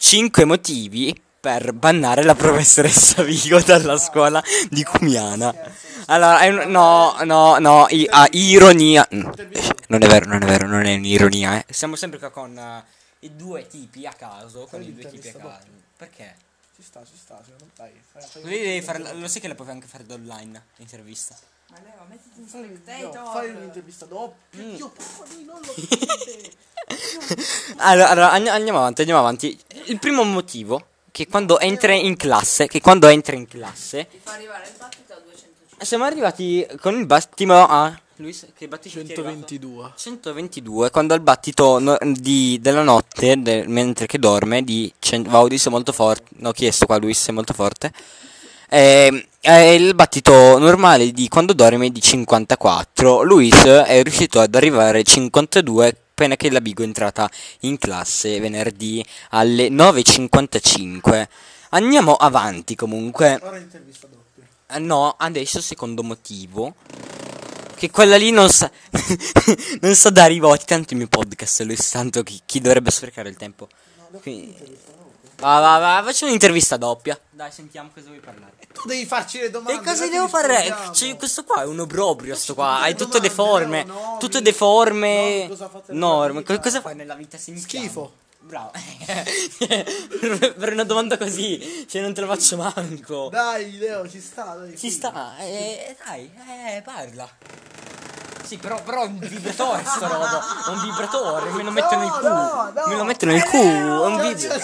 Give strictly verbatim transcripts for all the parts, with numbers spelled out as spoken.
cinque motivi per bannare la professoressa Vigo dalla scuola di Cumiana. Allora, è un- no, no, no, i- ah, ironia. Mm, Non è vero, non è vero, non è un'ironia, eh. Siamo sempre qua con eh, i due tipi a caso, con i due tipi a caso. Perché? Ci sta, ci sta, secondo me. Dai, fai, fai, Così devi fare, lo sai che la puoi anche fare da online, l'intervista. Ma Leo, mettiti in fai, spectator. fai un'intervista doppia. Mm. Io poi non lo dite. Allora, allora, and- andiamo avanti, andiamo avanti. Il primo motivo, che quando entri in classe, che quando entri in classe, Ti fa arrivare il battito a duecentocinquanta. siamo arrivati con il battito a... Luis, che battito ti è arrivato? centoventidue. centoventidue, quando il battito no- di, della notte, de- mentre che dorme, di cent- Vaudis è molto forte, no, chiesto qua Luis è molto forte, e, e il battito normale di quando dorme è di cinquantaquattro, Luis è riuscito ad arrivare ai cinquantadue appena che la Bigo è entrata in classe venerdì alle nove e cinquantacinque. Andiamo avanti comunque. Ora intervista doppia. Eh, no, adesso secondo motivo, che quella lì non sa non sa dare i voti, tanto il mio podcast lui tanto chi, chi dovrebbe sprecare il tempo. Quindi, va va va, faccio un'intervista doppia. Dai, sentiamo cosa vuoi parlare. Tu devi farci le domande. E cosa noi ti devo fare? rispondiamo. Cioè, questo qua è un obbrobrio, sto qua. tutte Hai le tutto domande, deforme. no, no, tutto mi- deforme. no, cosa fate nella norme. vita? Co- cosa fai nella vita? Sei Schifo. Bravo. per, per una domanda così, cioè non te la faccio manco. Dai, Leo, ci sta, dai. Ci sì. sta, eh, dai, eh, parla. Sì, però, però un vibratore sta roba. È un vibratore, me lo mettono nel culo. no, no. Me lo mettono nel culo. È un, Cioè, vib- cioè,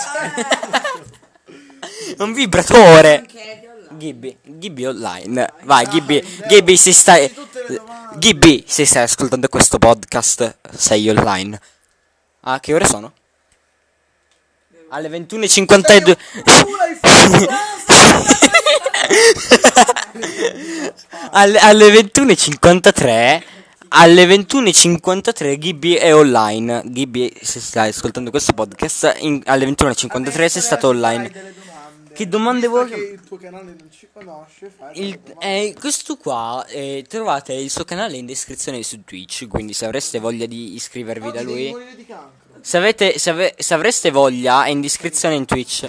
è un vibratore. Anche di online. Gibby, Gibby online. Vai, Dai, Gibby, Leo, Gibby, se stai. facci tutte le domande. Gibby, se stai ascoltando questo podcast, sei online. Ah, che ore sono? Alle ventuno e cinquantadue. Tu l'hai fatto. alle, alle ventuno e cinquantatré. Alle ventuno e cinquantatré Gibby è online. Gibby, se stai ascoltando questo podcast, in- alle ventuno e cinquantatré sei stato online. Delle domande. Che domande Visto vuoi? che il tuo canale non ci conosce, fai Il, delle domande. eh, questo qua eh, trovate il suo canale in descrizione su Twitch, quindi se avreste voglia di iscrivervi da Oggi devi lui, morire di cancro. se, avete, se, ave- se avreste voglia è in descrizione in Twitch.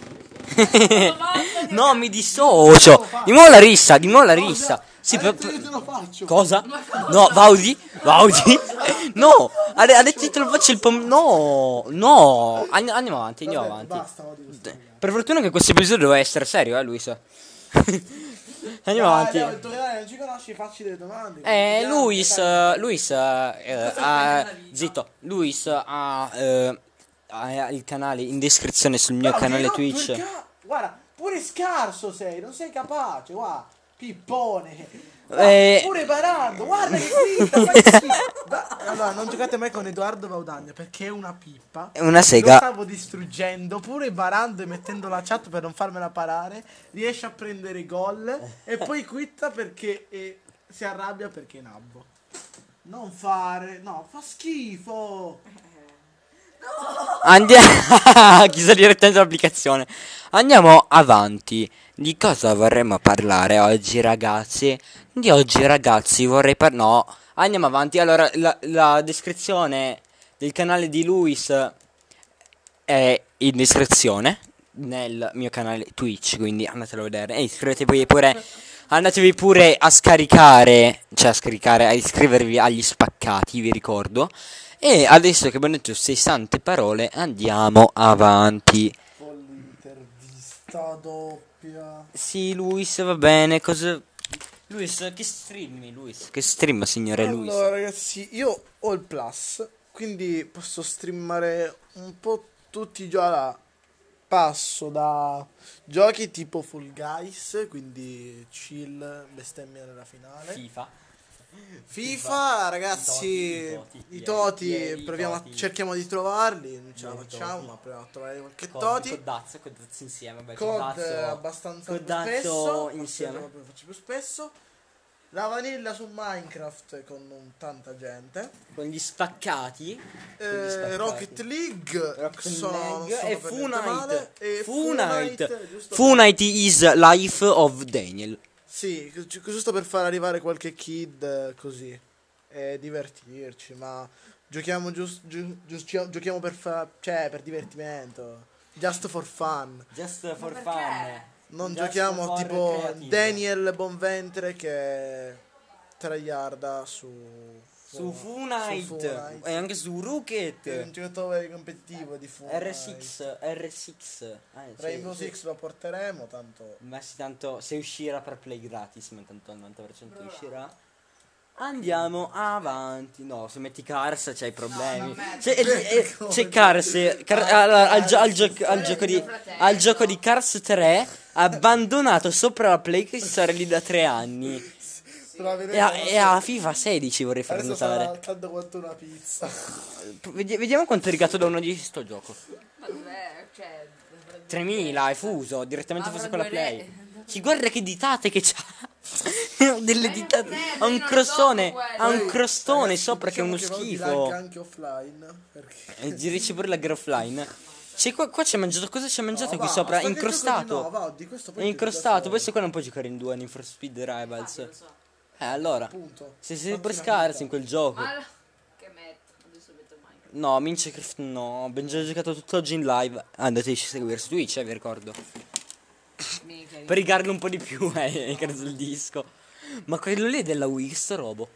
No, mi dissocio. Di nuovo la rissa, di nuovo la rissa. Sì, Hai per- detto io te lo faccio. Cosa? No, Vaudi? Vaudi? No, ha, ha detto io te lo faccio il pom... No, no. An- andiamo avanti, andiamo Vabbè, avanti. Basta, va di questo. Per fortuna che questo episodio doveva essere serio, eh, Luis. Andiamo Dai, avanti. Leo, il tuo canale non ci conosci, facci delle domande. Eh, Vediamo, Luis, dai. eh, Luis, eh, eh, ha, zitto, Luis ha, eh, ha il canale in descrizione sul mio No, canale che hai rotto Twitch. il ca- Guarda, pure scarso sei, non sei capace, guarda. Pippone. Guarda, Eh. Pure Barando, guarda che quinta, fai schifo. Va- Allora, non giocate mai con Edoardo Vaudagna perché è una pippa. È una Lo sega. stavo distruggendo, pure Barando e mettendo la chat per non farmela parare, riesce a prendere i gol e poi quitta perché eh, si arrabbia perché è nabbo. Non fare, no, fa schifo. Andiamo. Chissà direttamente l'applicazione. Andiamo avanti. Di cosa vorremmo parlare oggi, ragazzi? Di oggi, ragazzi, vorrei parlare. No, andiamo avanti. Allora, la, la descrizione del canale di Luis è in descrizione nel mio canale Twitch, quindi andatelo a vedere. E iscrivetevi pure. Andatevi pure a scaricare, cioè a scaricare, a iscrivervi agli spaccati, vi ricordo. E adesso che abbiamo detto sessanta parole, andiamo avanti. Con l'intervista doppia. Sì, Luis, va bene, cosa... Luis, che streami, Luis? Che stream, signore Luis? Allora ragazzi, io ho il Plus, quindi posso streamare un po' tutti i giochi. Allora, passo da giochi tipo Fall Guys, quindi chill, bestemmia nella finale. FIFA. FIFA, ragazzi, I Toti, i i Toti, Toti, i proviamo a- Toti. cerchiamo di trovarli, non ce la I facciamo, Toti. ma proviamo a trovare qualche Cod, Toti. Codazzo, Codazzo insieme, vabbè, Cod Codazzo... eh, abbastanza più Codazzo spesso, insieme. forse lo faccio più spesso. La vanilla su Minecraft con un- tanta gente. Con gli spaccati. Con gli Eh, spaccati. Rocket League, Rocket sono, non League sono e per Fu niente Night. male, e Fu Fu Night. Night, giusto Fu per- Night is life of Daniel. Sì, gi- giusto per far arrivare qualche kid eh, così e divertirci, ma giochiamo gius- giu- gius- gio- giochiamo per fa- cioè per divertimento. Just for fun. Just for perché? fun. Non Just giochiamo for tipo creative. Daniel Bonventre che tryharda su Su su Funite Funite. e anche su Rocket. È un giocatore competitivo di Funite. R sei, R sei. Eh, cioè, Rainbow cioè, Six lo porteremo, tanto ma sì, tanto se uscirà per play gratis, ma tanto al novanta per cento uscirà. Andiamo avanti. No, se metti Cars c'hai problemi. non metto. C'è, eh, c'è Cars. Car- allora, al, gio- al gioc- al gioco di, al gioco di Cars tre abbandonato sopra la play che si sarà lì da tre anni. però E a, e a FIFA sedici vorrei far adesso sarà notare. tanto quanto una pizza. Vedi- Vediamo quanto è rigato da uno di sto gioco. Ma dov'è? Cioè, tremila, è fuso, direttamente fuso con la Avrà play. due re- Ci guarda che ditate che c'ha. Delle ditate. eh, Ha un io non crostone. so quello. Ha un Poi, crostone ragazzi, sopra che è uno diciamo che Valdi schifo. lagga anche offline perché E girici pure la gara offline. C'è qua, qua c'è mangiato. Cosa c'è mangiato No, qui va, sopra? È sta che gioco di incrostato. no, va, di questo poi È ti incrostato. dico Questo qua non può giocare in due Need for Speed Rivals. lo so. Eh, allora. appunto. Se sei Fatti per una scarsi vita. in quel gioco. Ma la- che metto? Adesso metto Minecraft. No, Minecraft no. Abbiamo già giocato tutto oggi in live. Andateci a seguire su Twitch, eh, vi ricordo. Mica. Per rigarlo un po' di più, eh, credo il disco. Ma quello lì è della Wii, sto robo.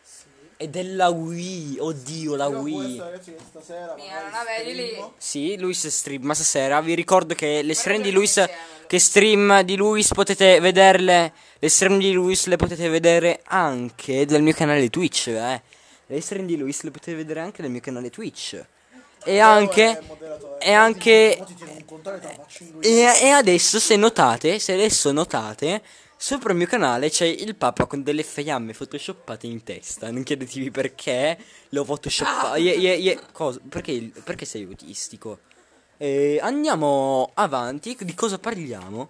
È della Wii, oddio, la Però questo, Wii. ragazzi, che stasera Mica, magari non la vedi lì? streamo. Sì, Luis stream, ma stasera vi ricordo che le stream di che Luis, insieme, che stream di Luis potete vederle, le stream di Luis le potete vedere anche del mio canale Twitch, eh. Le stream di Luis le potete vedere anche del mio canale Twitch. E Però è anche, moderatore. e anche, Mo ti tiene un controllo e te lo faccio in due. e, e adesso se notate, se adesso notate, sopra il mio canale c'è il Papa con delle fiamme photoshoppate in testa. Non chiedetevi perché l'ho photoshoppato. Ye- ye- ye- cosa? Perché, perché sei autistico? E andiamo avanti. Di cosa parliamo?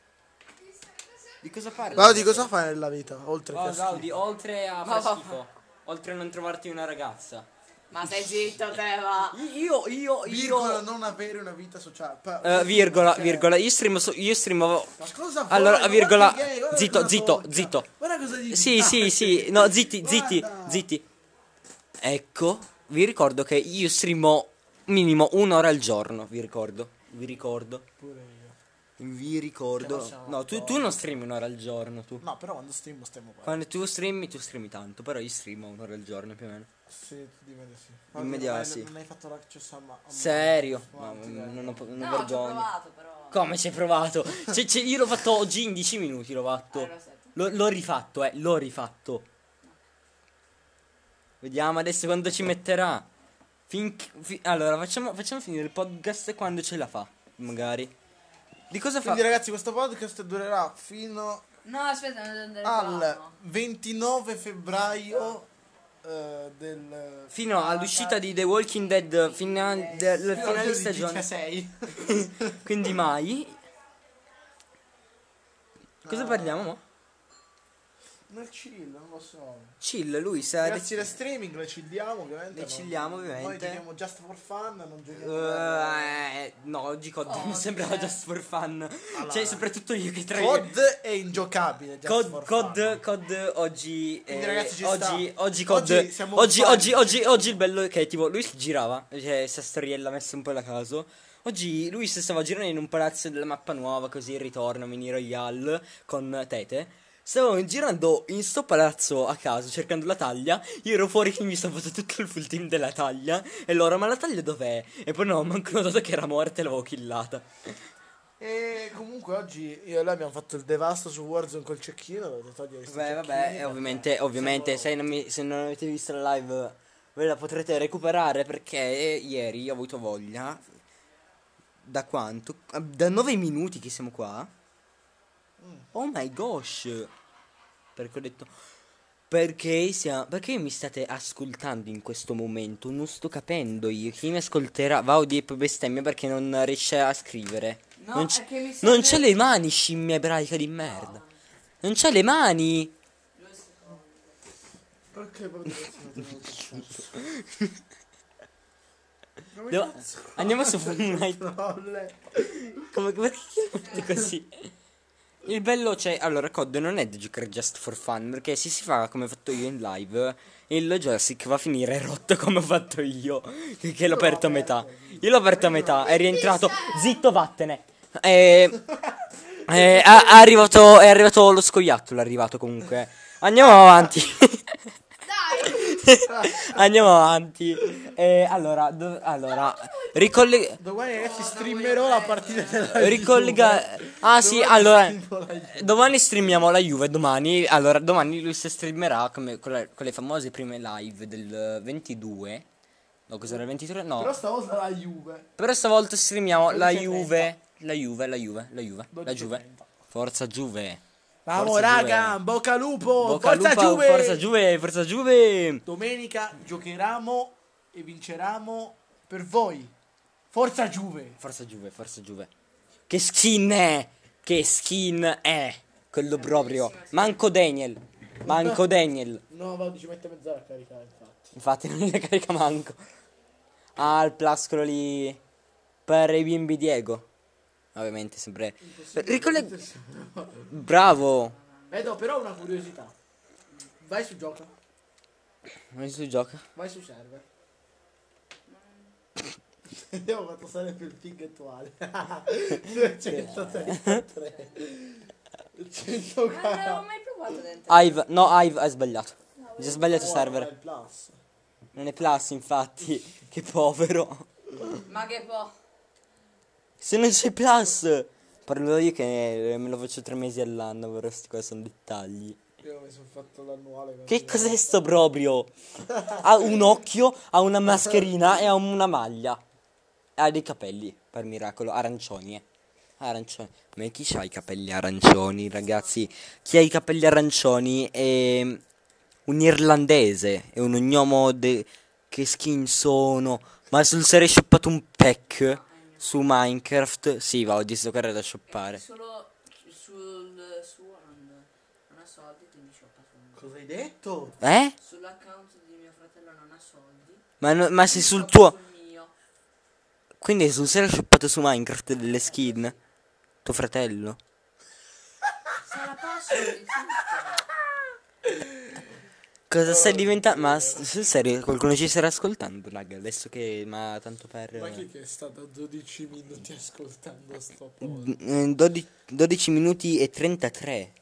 Di cosa parli? Vaudi, cosa fai nella vita? Oltre che Oh, a Gaudi, schifo? oltre a far schifo, oltre a non trovarti una ragazza. Ma stai zitto te va. Io, io, Virgola, io. non avere una vita sociale. Pa- Eh, virgola, cioè, virgola. Io streamo, so- io streamo. Ma cosa Allora, vuoi? Ma virgola, guarda che gay, guarda zitto, cosa zitto, tocca. zitto. Guarda cosa dici. Sì, Ah, sì, sì. No, zitti, zitti, Guarda. zitti. Ecco, vi ricordo che io streamo minimo un'ora al giorno. Vi ricordo. Vi ricordo. Pure io. Vi ricordo. Che possiamo No, tu, tu fare? non streami un'ora al giorno. Tu. No, però quando streamo stiamo qua. Quando tu streami, tu streami tanto. Però io streamo un'ora al giorno più o meno. Sì, di me sì. In media non hai- sì. Non hai fatto l'accesso a ma- a Serio? ma- No, ma- non ho, non ho No, ci ho vergogna. provato però. Come ci hai provato? Cioè, cioè, io l'ho fatto oggi in dieci minuti, l'ho fatto. Allora, aspetta. L'ho, l'ho rifatto, eh, l'ho rifatto. Vediamo adesso quando ci metterà. Finché, fi- allora, facciamo, facciamo finire il podcast quando ce la fa, magari. Di cosa fa? Quindi ragazzi, questo podcast durerà fino No, aspetta, non devo andare al qua, no. ventinove febbraio eh, del Fino all'uscita di The Walking Dead, fina- del fino al finale giorno di stagione. diciassei. Quindi mai. Cosa parliamo, mo? Nel chill, non lo so. Chill, lui sa. Grazie alle streaming le chilliamo ovviamente. Le non- chilliamo, ovviamente. Noi giochiamo just for fun, non giochiamo per- Eh, no, oggi C O D Oh, mi sembrava cioè. just for fun. Allora. Cioè, soprattutto io che tra C O D è ingiocabile. Just C O D, for C O D, fun. C O D oggi. Quindi, eh, ragazzi, ci oggi, sta. oggi C O D. Oggi Oggi, siamo oggi, fan. oggi, oggi, oggi il bello è che tipo lui si girava. Cioè, sta storiella messa un po' alla caso. Oggi lui si stava girando in un palazzo della mappa nuova, così il ritorno, Mini Royale con Tete. Stavo girando in sto palazzo a caso cercando la taglia. Io ero fuori che mi stavo fatto tutto il full team della taglia. E loro, ma la taglia dov'è? E poi no, manco notato che era morta e l'avevo killata. E comunque oggi io e lei abbiamo fatto il devasto su Warzone col cecchino. Dovete togliere questi Beh, cecchini, vabbè, e perché ovviamente, ovviamente se non, mi- se non avete visto la live ve la potrete recuperare perché ieri ho avuto voglia. Da quanto? Da nove minuti che siamo qua. Oh my gosh. Perché ho detto perché siamo, perché mi state ascoltando in questo momento? Non sto capendo io. Chi mi ascolterà va di e bestemmia perché non riesce a scrivere. No, non, è c- che mi non serve- c'ha le mani, scimmia ebraica di merda. Non c'ha le mani. Perché proprio Come Devo- Andiamo su Fortnite. Fortnite. Come perché fate così? Il bello c'è. Allora, C O D non è da giocare just for fun. Perché se si fa come ho fatto io in live, il joystick va a finire rotto come ho fatto io. Che, che l'ho aperto a metà. Io l'ho aperto a metà, è rientrato. Zitto, vattene. E. È, è arrivato. È arrivato lo scoiattolo. È arrivato comunque. Andiamo avanti. Andiamo avanti. Eh, allora, do- allora ricollega. Domani ragazzi streamerò la partita della Ricollega. Juve. Ah sì, Domani allora. streamo la Juve. Domani streamiamo la Juve. Domani. Allora, domani lui si streamerà come con le, con le famose prime live del ventidue. No, cos'era il ventitré? No. Però stavolta la Juve. Però stavolta streamiamo la dodici e Juve. La Juve, la Juve, la Juve. La dodici e Juve. trenta. Forza Juve. Vamos Forza raga, Juve. bocca al lupo, Bocca al forza lupa, Juve. Forza Juve, Forza Juve. Domenica giocheremo e vinceremo per voi. Forza Juve. Forza Juve, Forza Juve. Che skin è? Che skin è? Quello proprio. Manco Daniel. Manco Daniel. No, va, ci mette mezz'ora a caricare, infatti. Infatti non ne carica manco. Ah, il plus quello lì. Per i bimbi Diego. Ovviamente sempre. Ricollega. Bravo. Vedo però una curiosità. Vai su gioca. Ma si gioca. Vai su server. Abbiamo fatto stare più il ping attuale. duecentotrentatré. Non cento avevo k. mai provato ad entrare. Ive, no, Ive, hai sbagliato. Hai già sbagliato Il server. plus. Non è plus, infatti. Che povero. Ma che po'. Se non c'è plus. Parlo io che me lo faccio tre mesi all'anno, però sti qua sono dettagli. Io mi sono fatto l'annuale. Che cos'è sto proprio? Ha un occhio, ha una mascherina e ha una maglia. E ha dei capelli, per miracolo, arancioni, eh. Arancioni. Ma chi c'ha i capelli arancioni, ragazzi? Chi ha i capelli arancioni è un irlandese, è un gnomo de... Che skin sono? Ma sul serio hai shoppato un pack su Minecraft? Sì, va, ho di sto da shoppare. Solo sul suo non, non ha soldi, quindi ci ho passato. Cosa hai detto? Eh? Sull'account di mio fratello non ha soldi. Ma, no- ma sei sul Shoppo tuo... sul mio. Quindi sul serio hai shoppato su Minecraft delle skin? Tuo fratello? Sarà password di tutto. Cosa stai diventando? Ma s- sul serio qualcuno ci starà ascoltando, raga? Adesso che... Ma tanto per... Ma chi che è stato dodici minuti ascoltando sto po'? Eh, dodici, dodici minuti e trentatré.